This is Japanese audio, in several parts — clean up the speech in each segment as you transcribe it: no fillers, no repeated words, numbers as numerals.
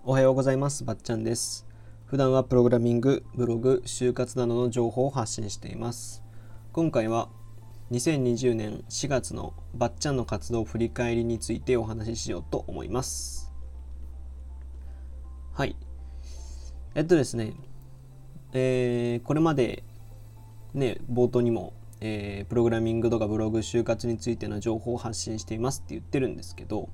おはようございます。ばっちゃんです。普段はプログラミング、ブログ、就活などの情報を発信しています。今回は2020年4月のばっちゃんの活動振り返りについてお話ししようと思います。はい。ですね、これまでね、冒頭にも、プログラミングとかブログ、就活についての情報を発信していますって言ってるんですけど、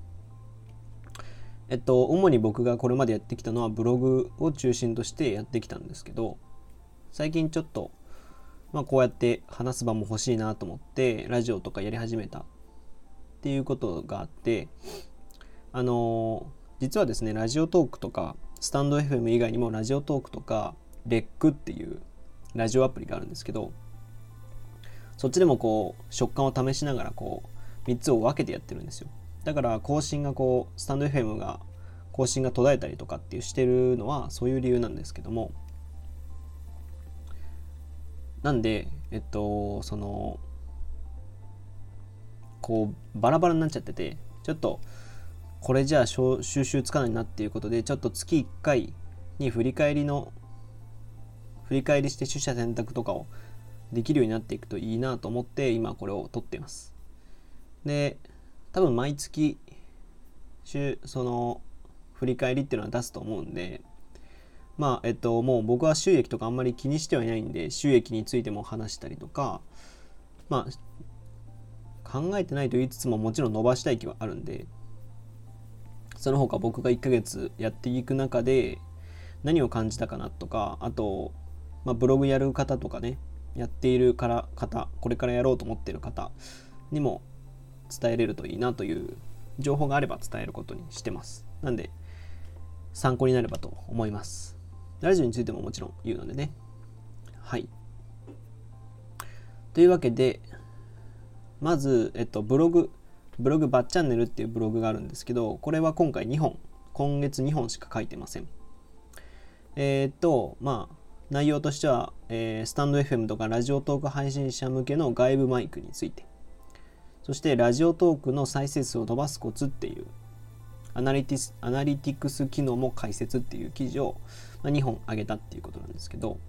主に僕がこれまでやってきたのはブログを中心としてやってきたんですけど、最近ちょっと、こうやって話す場も欲しいなと思ってラジオとかやり始めたっていうことがあって、実はですね、ラジオトークとかスタンド FM 以外にもラジオトークとかレックっていうラジオアプリがあるんですけど、そっちでもこう食感を試しながらこう3つを分けてやってるんですよ。だから更新がこうスタンド FM が更新が途絶えたりとかっていうしてるのはそういう理由なんですけども、なんでそのこうバラバラになっちゃってて、ちょっとこれじゃあ収集つかないなっていうことで、ちょっと月1回に振り返りして取捨選択とかをできるようになっていくといいなと思って今これを撮っています。で、多分毎月その振り返りっていうのは出すと思うんで、もう僕は収益とかあんまり気にしてはいないんで、収益についても話したりとか、考えてないと言いつつももちろん伸ばしたい気はあるんで、その他僕が1ヶ月やっていく中で何を感じたかなとか、あと、ブログやる方とかね、やっている方、これからやろうと思っている方にも伝えれるといいなという情報があれば伝えることにしてます。なんで参考になればと思います。ラジオについてももちろん言うのでね。はい。というわけで、まず、ブログバッチャンネルっていうブログがあるんですけど、これは今月2本しか書いてません。内容としては、スタンド FM とかラジオトーク配信者向けの外部マイクについて、そしてラジオトークの再生数を伸ばすコツっていうアナリティクス機能も解説っていう記事を2本上げたっていうことなんですけど、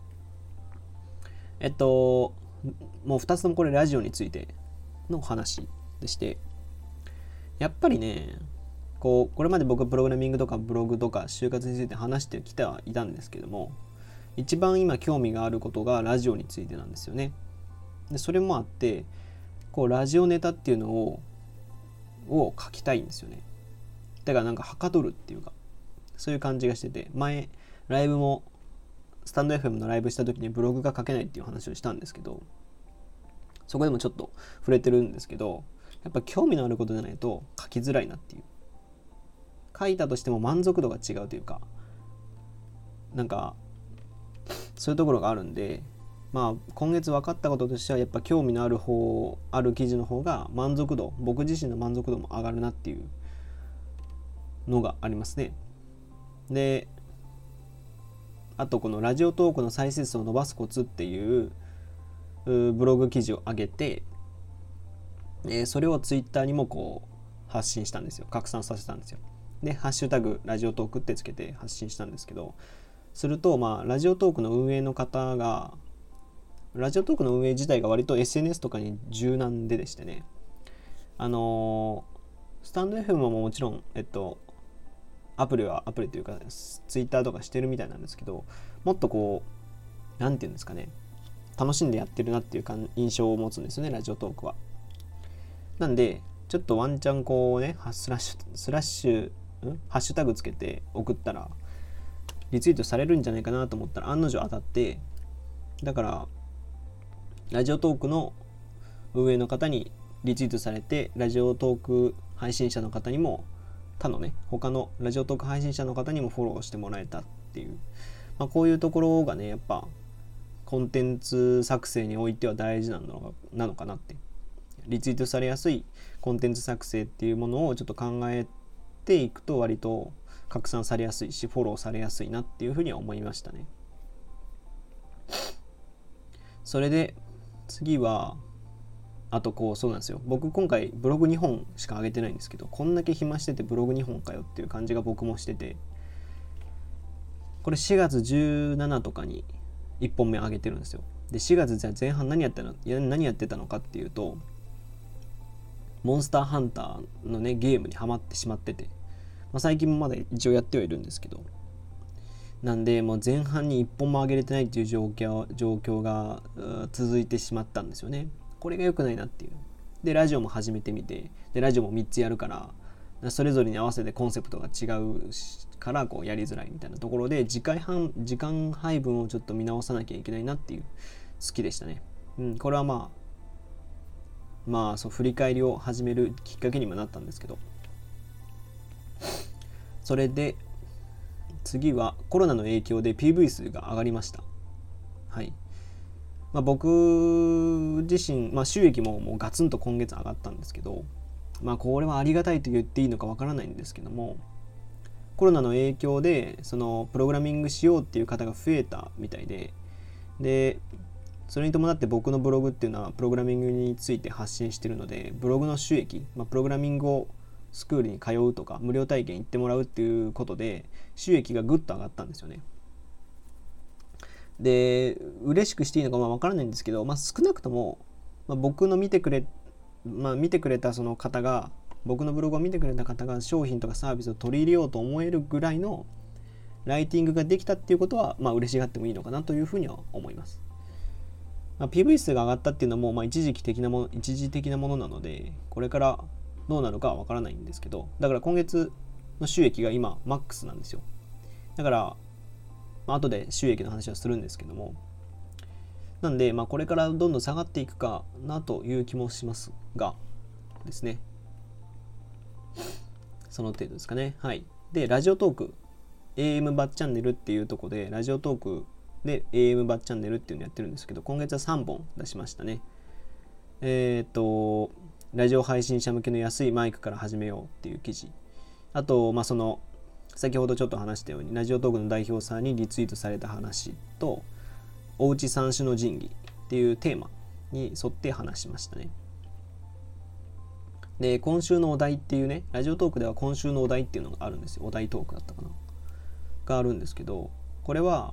もう2つともこれラジオについての話でして、やっぱりね、これまで僕はプログラミングとかブログとか就活について話してきてはいたんですけども、一番今興味があることがラジオについてなんですよね。でそれもあって、ラジオネタっていうのを書きたいんですよね。だからなんかはかどるっていうか、そういう感じがしてて、前ライブもスタンド FM のライブした時にブログが書けないっていう話をしたんですけど、そこでもちょっと触れてるんですけど、やっぱ興味のあることじゃないと書きづらいなっていう、書いたとしても満足度が違うというか、なんかそういうところがあるんで、今月分かったこととしては、やっぱ興味のある記事の方が僕自身の満足度も上がるなっていうのがありますね。で、あとこのラジオトークの再生数を伸ばすコツっていうブログ記事を上げて、それをツイッターにも発信したんですよ。拡散させたんですよ。で、ハッシュタグラジオトークってつけて発信したんですけど、するとラジオトークの運営の方が、ラジオトークの運営自体が割と SNS とかに柔軟でしてね、スタンド FM ももちろんアプリというかツイッターとかしてるみたいなんですけど、もっとなんていうんですかね、楽しんでやってるなっていう印象を持つんですよね、ラジオトークは。なんでちょっとワンチャンハッシュタグつけて送ったらリツイートされるんじゃないかなと思ったら案の定当たって、だからラジオトークの運営の方にリツイートされて、ラジオトーク配信者の方にも他のラジオトーク配信者の方にもフォローしてもらえたっていう、こういうところがね、やっぱコンテンツ作成においては大事なのかなって。リツイートされやすいコンテンツ作成っていうものをちょっと考えていくと、割と拡散されやすいしフォローされやすいなっていうふうには思いましたね。それで次は、あとそうなんですよ、僕今回ブログ2本しか上げてないんですけど、こんだけ暇しててブログ2本かよっていう感じが僕もしてて、 これ4月17とかに1本目上げてるんですよ。で4月じゃあ前半何やってたのかっていうと、モンスターハンターのねゲームにハマってしまってて、最近もまだ一応やってはいるんですけど、なんでもう前半に1本も上げれてないっていう状況が続いてしまったんですよね。これが良くないなっていう。でラジオも始めてみて、でラジオも3つやるから、それぞれに合わせてコンセプトが違うからこうやりづらいみたいなところで時間配分をちょっと見直さなきゃいけないなっていう好きでしたね。これはまあそう振り返りを始めるきっかけにもなったんですけど、それで次はコロナの影響で PV 数が上がりました。はい。僕自身、収益もうガツンと今月上がったんですけど、これはありがたいと言っていいのかわからないんですけども、コロナの影響でそのプログラミングしようっていう方が増えたみたいで、それに伴って僕のブログっていうのはプログラミングについて発信してるので、ブログの収益、プログラミングをスクールに通うとか無料体験行ってもらうっていうことで収益がぐっと上がったんですよね。で嬉しくしていいのかわからないんですけど、少なくとも、僕の見てくれたその方が、僕のブログを見てくれた方が商品とかサービスを取り入れようと思えるぐらいのライティングができたっていうことは、嬉しがってもいいのかなというふうには思います。PV 数が上がったっていうのも、一時的なものなので、これからどうなるかはわからないんですけど、だから今月の収益が今マックスなんですよ。だから後で収益の話はするんですけども、なんでこれからどんどん下がっていくかなという気もしますがですね。その程度ですかね。はい。でラジオトーク AM バッチャンネルっていうところで、ラジオトークで AM バッチャンネルっていうのをやってるんですけど、今月は3本出しましたね。ラジオ配信者向けの安いマイクから始めようっていう記事、あとその先ほどちょっと話したようにラジオトークの代表さんにリツイートされた話と、おうち三種の神器っていうテーマに沿って話しましたね。で今週のお題っていうね、ラジオトークでは今週のお題っていうのがあるんですよ。お題トークだったかながあるんですけど、これは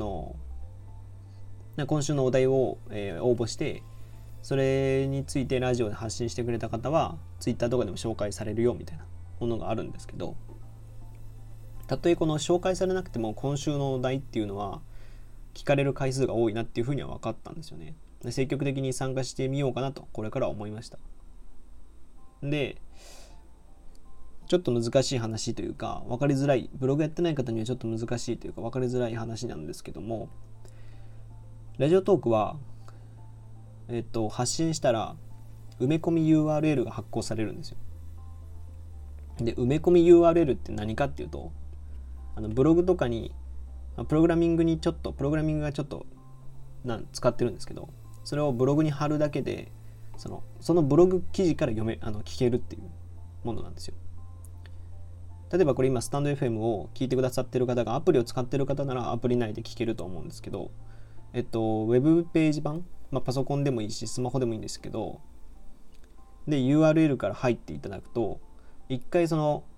今週のお題を、応募して、それについてラジオで発信してくれた方はツイッターとかでも紹介されるよみたいなものがあるんですけど、たとえこの紹介されなくても今週のお題っていうのは聞かれる回数が多いなっていうふうには分かったんですよね。で積極的に参加してみようかなとこれから思いました。でちょっと難しい話というか分かりづらい、ブログやってない方にはちょっと難しいというか分かりづらい話なんですけども、ラジオトークは発信したら埋め込み URL が発行されるんですよ。で埋め込み URL って何かっていうと、ブログとかにプログラミングがちょっと使ってるんですけど、それをブログに貼るだけでそのブログ記事から聞けるっていうものなんですよ。例えばこれ今スタンド FM を聞いてくださってる方がアプリを使ってる方ならアプリ内で聞けると思うんですけど、ウェブページ版、パソコンでもいいしスマホでもいいんですけど、で URL から入っていただくと、一回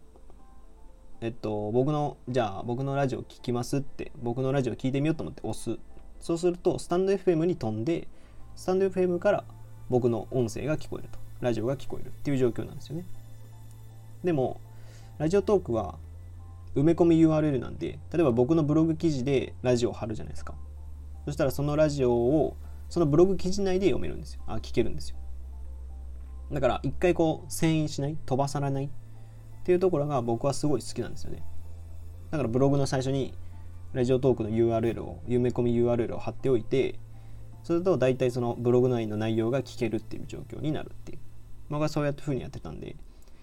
僕のラジオ聞きますって、僕のラジオ聞いてみようと思って押す。そうするとスタンド FM に飛んで、スタンド FM から僕の音声が聞こえると、ラジオが聞こえるっていう状況なんですよね。でもラジオトークは埋め込み URL なんで、例えば僕のブログ記事でラジオを貼るじゃないですか。そしたらそのラジオをそのブログ記事内で読めるんですよ。聞けるんですよ。だから一回遷移しない、飛ばされないっていうところが僕はすごい好きなんですよね。だからブログの最初にラジオトークの URL を、埋め込み URL を貼っておいて、それと大体そのブログ内の内容が聞けるっていう状況になるっていう、僕はそうやって風にやってたんで、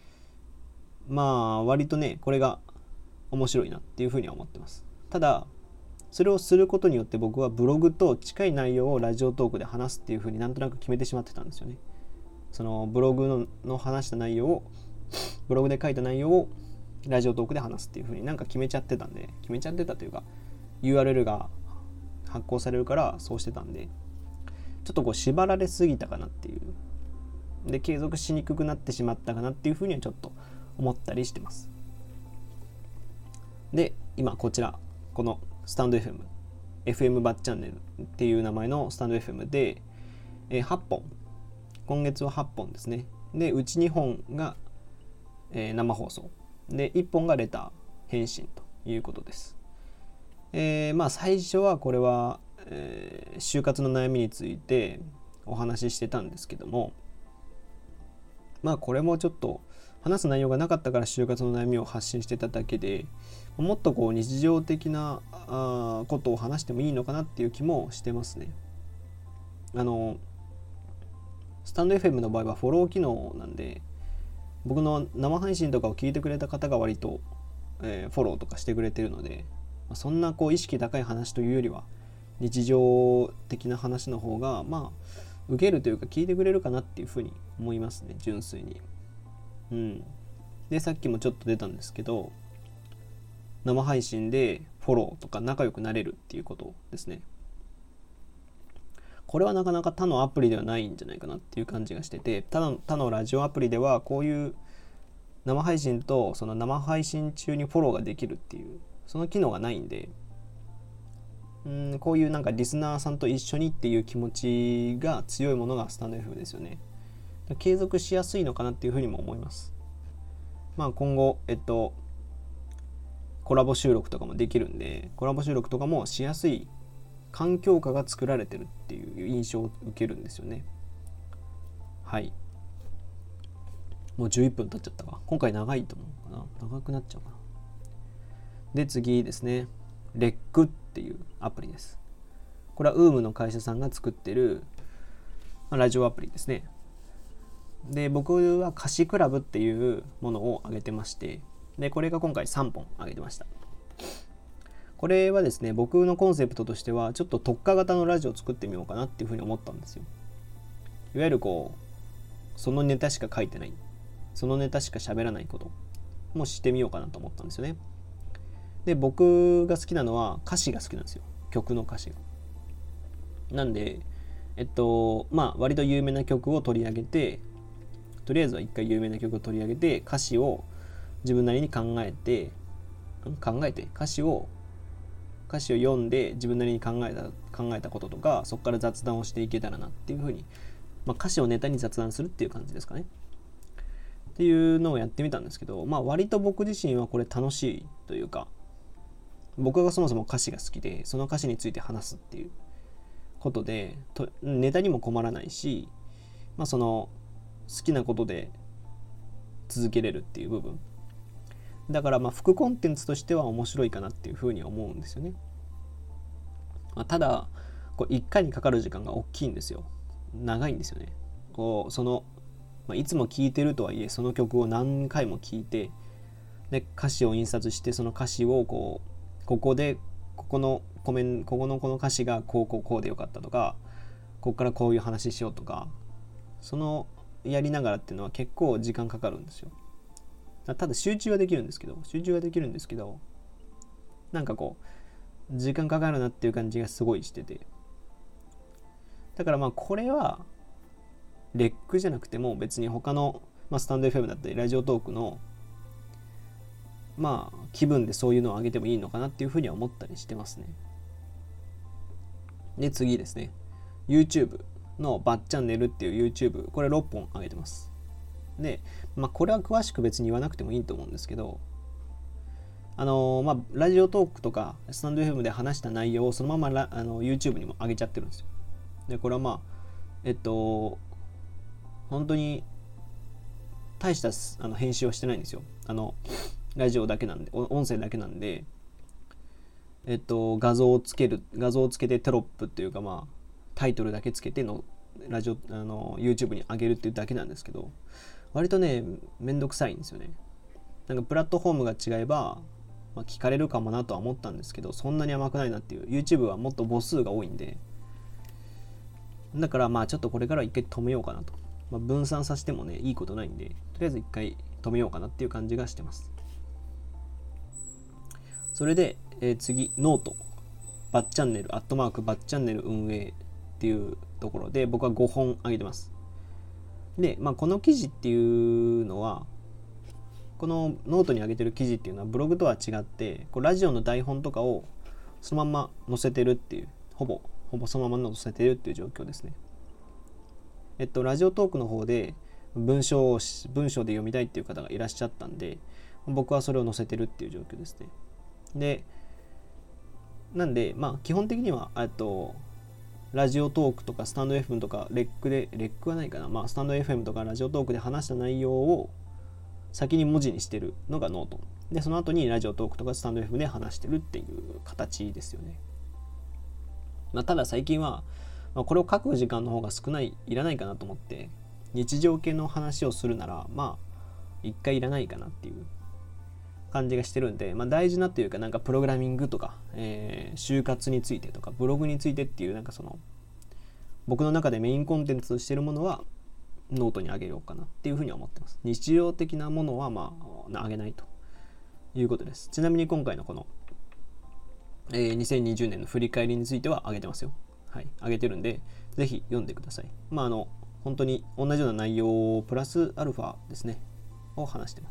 割とねこれが面白いなっていう風には思ってます。ただそれをすることによって僕はブログと近い内容をラジオトークで話すっていう風になんとなく決めてしまってたんですよね。そのブログの話した内容を、ブログで書いた内容をラジオトークで話すっていう風に決めちゃってたというか URL が発行されるからそうしてたんで、ちょっと縛られすぎたかなっていうで、継続しにくくなってしまったかなっていう風にはちょっと思ったりしてます。で今こちらこのスタンド FM バッチャンネルっていう名前のスタンド FM で、8本、今月は8本ですね。でうち2本が、生放送で1本がレター返信ということです。最初はこれは、就活の悩みについてお話ししてたんですけども、これもちょっと話す内容がなかったから就活の悩みを発信してただけで、もっとこう日常的なことを話してもいいのかなっていう気もしてますね。スタンド FM の場合はフォロー機能なんで、僕の生配信とかを聞いてくれた方が割と、フォローとかしてくれてるので、そんなこう意識高い話というよりは日常的な話の方が受けるというか聞いてくれるかなっていうふうに思いますね、純粋に。でさっきもちょっと出たんですけど、生配信でフォローとか仲良くなれるっていうことですね。これはなかなか他のアプリではないんじゃないかなっていう感じがしてて、他のラジオアプリではこういう生配信とその生配信中にフォローができるっていうその機能がないんで、こういうなんかリスナーさんと一緒にっていう気持ちが強いものがスタンド FM ですよね。継続しやすいのかなっていうふうにも思います。今後コラボ収録とかもできるんで、コラボ収録とかもしやすい環境下が作られてるっていう印象を受けるんですよね。はい。もう11分経っちゃったか。今回長いと思うかな。長くなっちゃうかな。で次ですね。レックっていうアプリです。これは UM の会社さんが作ってるラジオアプリですね。で僕は歌詞クラブっていうものを上げてまして、でこれが今回3本上げてました。これはですね、僕のコンセプトとしてはちょっと特化型のラジオを作ってみようかなっていうふうに思ったんですよ。いわゆるこうそのネタしか書いてない、そのネタしか喋らないこともしてみようかなと思ったんですよね。で僕が好きなのは歌詞が好きなんですよ、曲の歌詞が。なんで割と有名な曲を取り上げて、とりあえずは一回有名な曲を取り上げて、歌詞を自分なりに考えて歌詞を読んで自分なりに考えたこととか、そこから雑談をしていけたらなっていうふうに、歌詞をネタに雑談するっていう感じですかねっていうのをやってみたんですけど、割と僕自身はこれ楽しいというか、僕がそもそも歌詞が好きでその歌詞について話すっていうことでネタにも困らないし、その好きなことで続けれるっていう部分だから、副コンテンツとしては面白いかなっていうふうに思うんですよね。ただこう1回にかかる時間が大きいんですよ。長いんですよね。いつも聴いてるとはいえその曲を何回も聴いて、で歌詞を印刷して、その歌詞をこのこの歌詞がこうでよかったとか、ここからこういう話しようとか、そのやりながらっていうのは結構時間かかるんですよ。ただ集中はできるんですけどなんかこう時間かかるなっていう感じがすごいしてて、だからこれはレックじゃなくても別に他の、スタンド FM だったりラジオトークの気分でそういうのを上げてもいいのかなっていうふうには思ったりしてますね。で次ですね、 YouTube のバッチャンネルっていう YouTube、 これ6本上げてます。でこれは詳しく別に言わなくてもいいと思うんですけど、ラジオトークとかスタンド FM で話した内容をそのままYouTube にも上げちゃってるんですよ。でこれは本当に大した編集はしてないんですよ。ラジオだけなんで、音声だけなんで、画像をつけてテロップっていうかタイトルだけつけてのYouTube に上げるっていうだけなんですけど、割とねめんどくさいんですよね。なんかプラットフォームが違えば、聞かれるかもなとは思ったんですけど、そんなに甘くないなっていう。 YouTube はもっと母数が多いんで、だからちょっとこれからは一回止めようかなと、分散させてもねいいことないんで、とりあえず一回止めようかなっていう感じがしてます。それで、次ノートバッチャンネルバッチャンネル運営っていうところで僕は5本上げてます。で、この記事っていうのは、このノートに上げてる記事っていうのはブログとは違って、ラジオの台本とかをそのまんま載せてるっていう、ほぼそのまま載せてるっていう状況ですね。ラジオトークの方で文章で読みたいっていう方がいらっしゃったんで、僕はそれを載せてるっていう状況ですね。で、なんで基本的にはラジオトークとかスタンド FM とかレックはないかな、スタンド FM とかラジオトークで話した内容を先に文字にしてるのがノートで、その後にラジオトークとかスタンド FM で話してるっていう形ですよね。ただ最近は、これを書く時間の方がいらないかなと思って、日常系の話をするなら一回いらないかなっていう感じがしてるんで、大事なというか、プログラミングとか、就活についてとかブログについてっていう僕の中でメインコンテンツとしているものはノートに上げようかなっていうふうに思ってます。日常的なものは上げないということです。ちなみに今回のこの、2020年の振り返りについては上げてますよ。はい、上げてるんでぜひ読んでください。本当に同じような内容プラスアルファですねを話してます。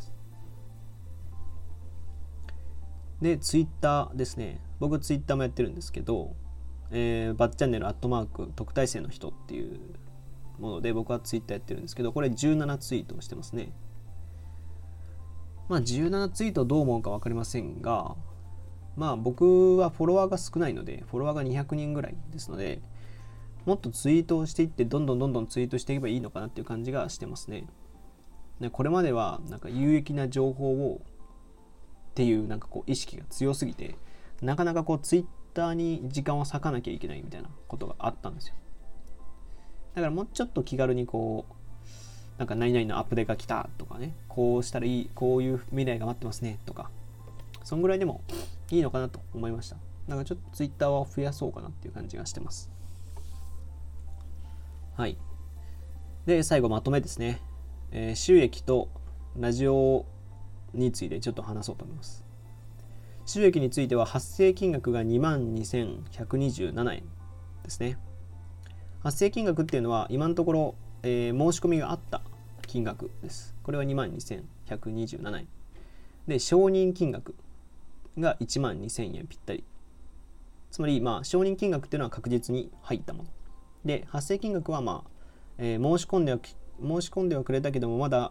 で、ツイッターですね。僕ツイッターもやってるんですけど、バッチャンネル@特待生の人っていうもので僕はツイッターやってるんですけど、これ17ツイートをしてますね。17ツイートどう思うか分かりませんが、僕はフォロワーが少ないので、フォロワーが200人ぐらいですので、もっとツイートをしていってどんどんツイートしていけばいいのかなっていう感じがしてますね。これまでは有益な情報をっていう意識が強すぎて、なかなかツイッターに時間を割かなきゃいけないみたいなことがあったんですよ。だからもうちょっと気軽に何々のアップデートが来たとかね、こうしたらいい、こういう未来が待ってますねとか、そんぐらいでもいいのかなと思いました。ちょっとツイッターを増やそうかなっていう感じがしてます。はい。で、最後まとめですね。収益とラジオについてちょっと話そうと思います。収益については発生金額が22,127円ですね。発生金額っていうのは今のところ、申し込みがあった金額です。これは22,127円で、承認金額が12,000円ぴったり。つまり承認金額っていうのは確実に入ったもので、発生金額は申し込んではくれたけどもまだ、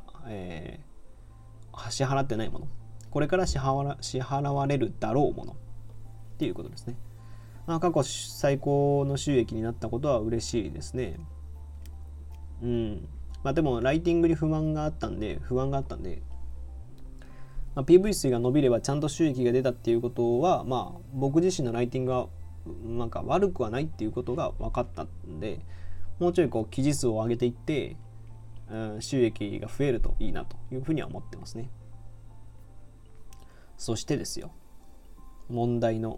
支払ってないもの、これから支払われるだろうものっていうことですね。過去最高の収益になったことは嬉しいですね。でもライティングに不安があったんで、PV 数が伸びればちゃんと収益が出たっていうことは、僕自身のライティングは悪くはないっていうことが分かったんで、もうちょい記事数を上げていって、収益が増えるといいなというふうには思ってますね。そしてですよ、問題の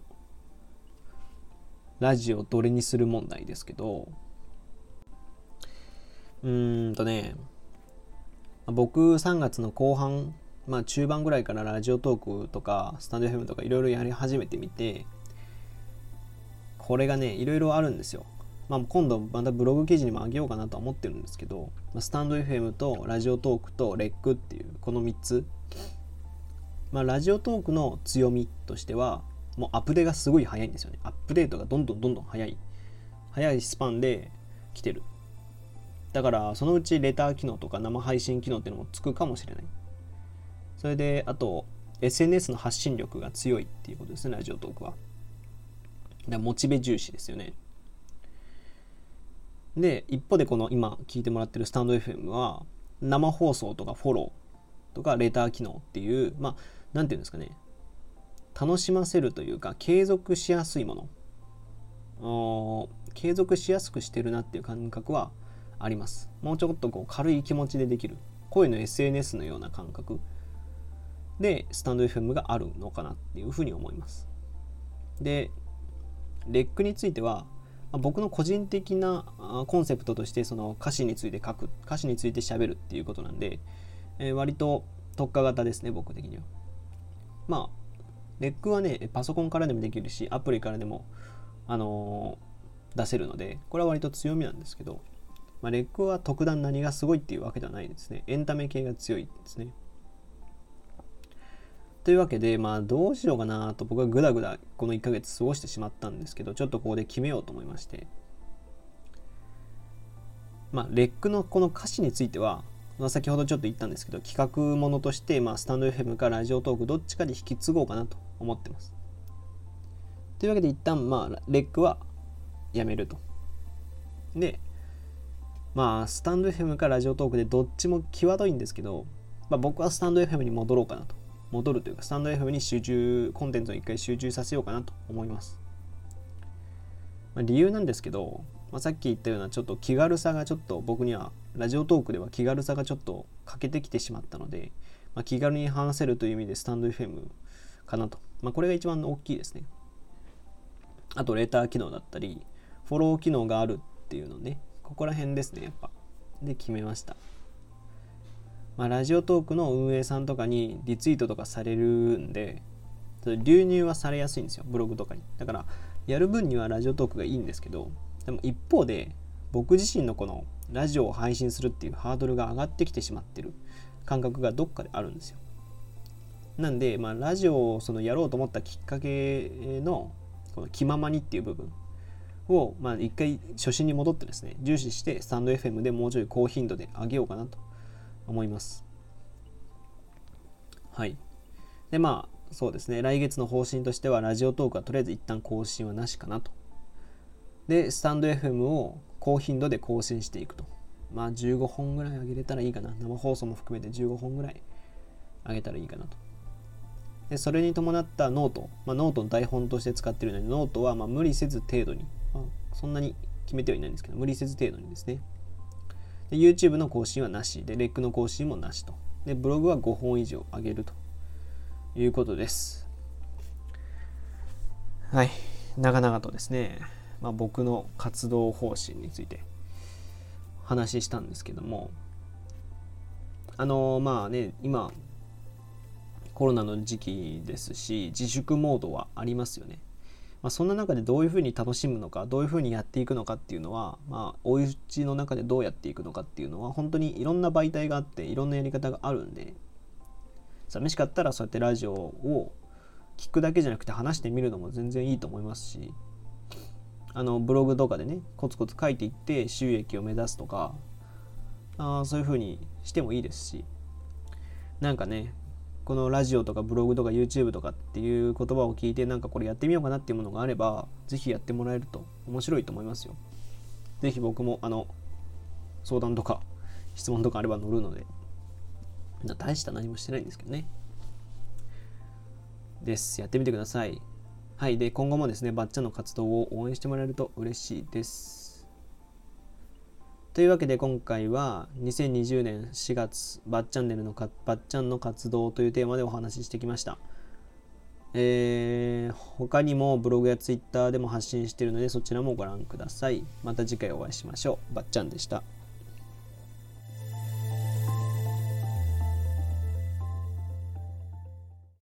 ラジオどれにする問題ですけど、僕3月の後半、中盤ぐらいからラジオトークとかスタンド FM とかいろいろやり始めてみて、これがねいろいろあるんですよ。今度またブログ記事にもあげようかなとは思ってるんですけど、スタンド FM とラジオトークとレックっていうこの3つ、ラジオトークの強みとしてはもうアップデートがすごい早いんですよね。アップデートがどんどん早いスパンで来てる。だからそのうちレター機能とか生配信機能っていうのもつくかもしれない。それであと SNS の発信力が強いっていうことですね、ラジオトークは。モチベ重視ですよね。で、一方でこの今聞いてもらってるスタンド FM は生放送とかフォローとかレター機能っていう、なんていうんですかね、楽しませるというか継続しやすいもの、継続しやすくしてるなっていう感覚はあります。もうちょっと軽い気持ちでできる、声の SNS のような感覚でスタンド FM があるのかなっていうふうに思います。で、レックについては僕の個人的なコンセプトとして、その歌詞について喋るっていうことなんで、割と特化型ですね、僕的には。レックはね、パソコンからでもできるしアプリからでも、出せるので、これは割と強みなんですけど、レックは特段何がすごいっていうわけではないですね。エンタメ系が強いですね。 というわけで、どうしようかなと僕はぐだぐだこの1ヶ月過ごしてしまったんですけど、ちょっとここで決めようと思いまして、レックのこの歌詞については、先ほどちょっと言ったんですけど、企画ものとして、スタンド FM かラジオトークどっちかで引き継ごうかなと思ってます。というわけで一旦、レックはやめると。で、スタンド FM かラジオトークでどっちも際どいんですけど、僕はスタンド FM に戻ろうかなと。戻るというか、スタンド FM にコンテンツを一回集中させようかなと思います。理由なんですけど、さっき言ったようなちょっと気軽さがちょっと僕にはラジオトークでは気軽さがちょっと欠けてきてしまったので、気軽に話せるという意味でスタンド FM かなと。これが一番大きいですね。あとレター機能だったりフォロー機能があるっていうのね、ここら辺ですね、やっぱで決めました。ラジオトークの運営さんとかにリツイートとかされるんで、流入はされやすいんですよ、ブログとかに。だからやる分にはラジオトークがいいんですけど、でも一方で僕自身のこのラジオを配信するっていうハードルが上がってきてしまってる感覚がどっかであるんですよ。なんで、ラジオをやろうと思ったきっかけのこの気ままにっていう部分を、一回初心に戻ってですね、重視してスタンド FM でもうちょい高頻度で上げようかなと思います。はい。で、そうですね、来月の方針としてはラジオトークはとりあえず一旦更新はなしかなと。で、スタンド FM を高頻度で更新していくと。15本ぐらい上げれたらいいかな。生放送も含めて15本ぐらい上げたらいいかなと。で、それに伴ったノート。ノートの台本として使っているので、ノートは無理せず程度に、そんなに決めてはいないんですけど、無理せず程度にですね。で、YouTube の更新はなし。で、レックの更新もなしと。で、ブログは5本以上上げるということです。はい。長々とですね、僕の活動方針について話したんですけども、今コロナの時期ですし、自粛モードはありますよね。そんな中でどういうふうに楽しむのか、どういうふうにやっていくのかっていうのは、お家の中でどうやっていくのかっていうのは本当にいろんな媒体があっていろんなやり方があるんで、寂しかったらそうやってラジオを聞くだけじゃなくて話してみるのも全然いいと思いますし、ブログとかでねコツコツ書いていって収益を目指すとか、そういう風にしてもいいですし、このラジオとかブログとか YouTube とかっていう言葉を聞いてこれやってみようかなっていうものがあれば、ぜひやってもらえると面白いと思いますよ。ぜひ僕も相談とか質問とかあれば乗るので、大した何もしてないんですけどね。です。やってみてください。はい。で、今後もですね、ばっちゃんの活動を応援してもらえると嬉しいです。というわけで今回は2020年4月ばっちゃんの活動というテーマでお話ししてきました。他にもブログやツイッターでも発信しているので、そちらもご覧ください。また次回お会いしましょう。ばっちゃんでした。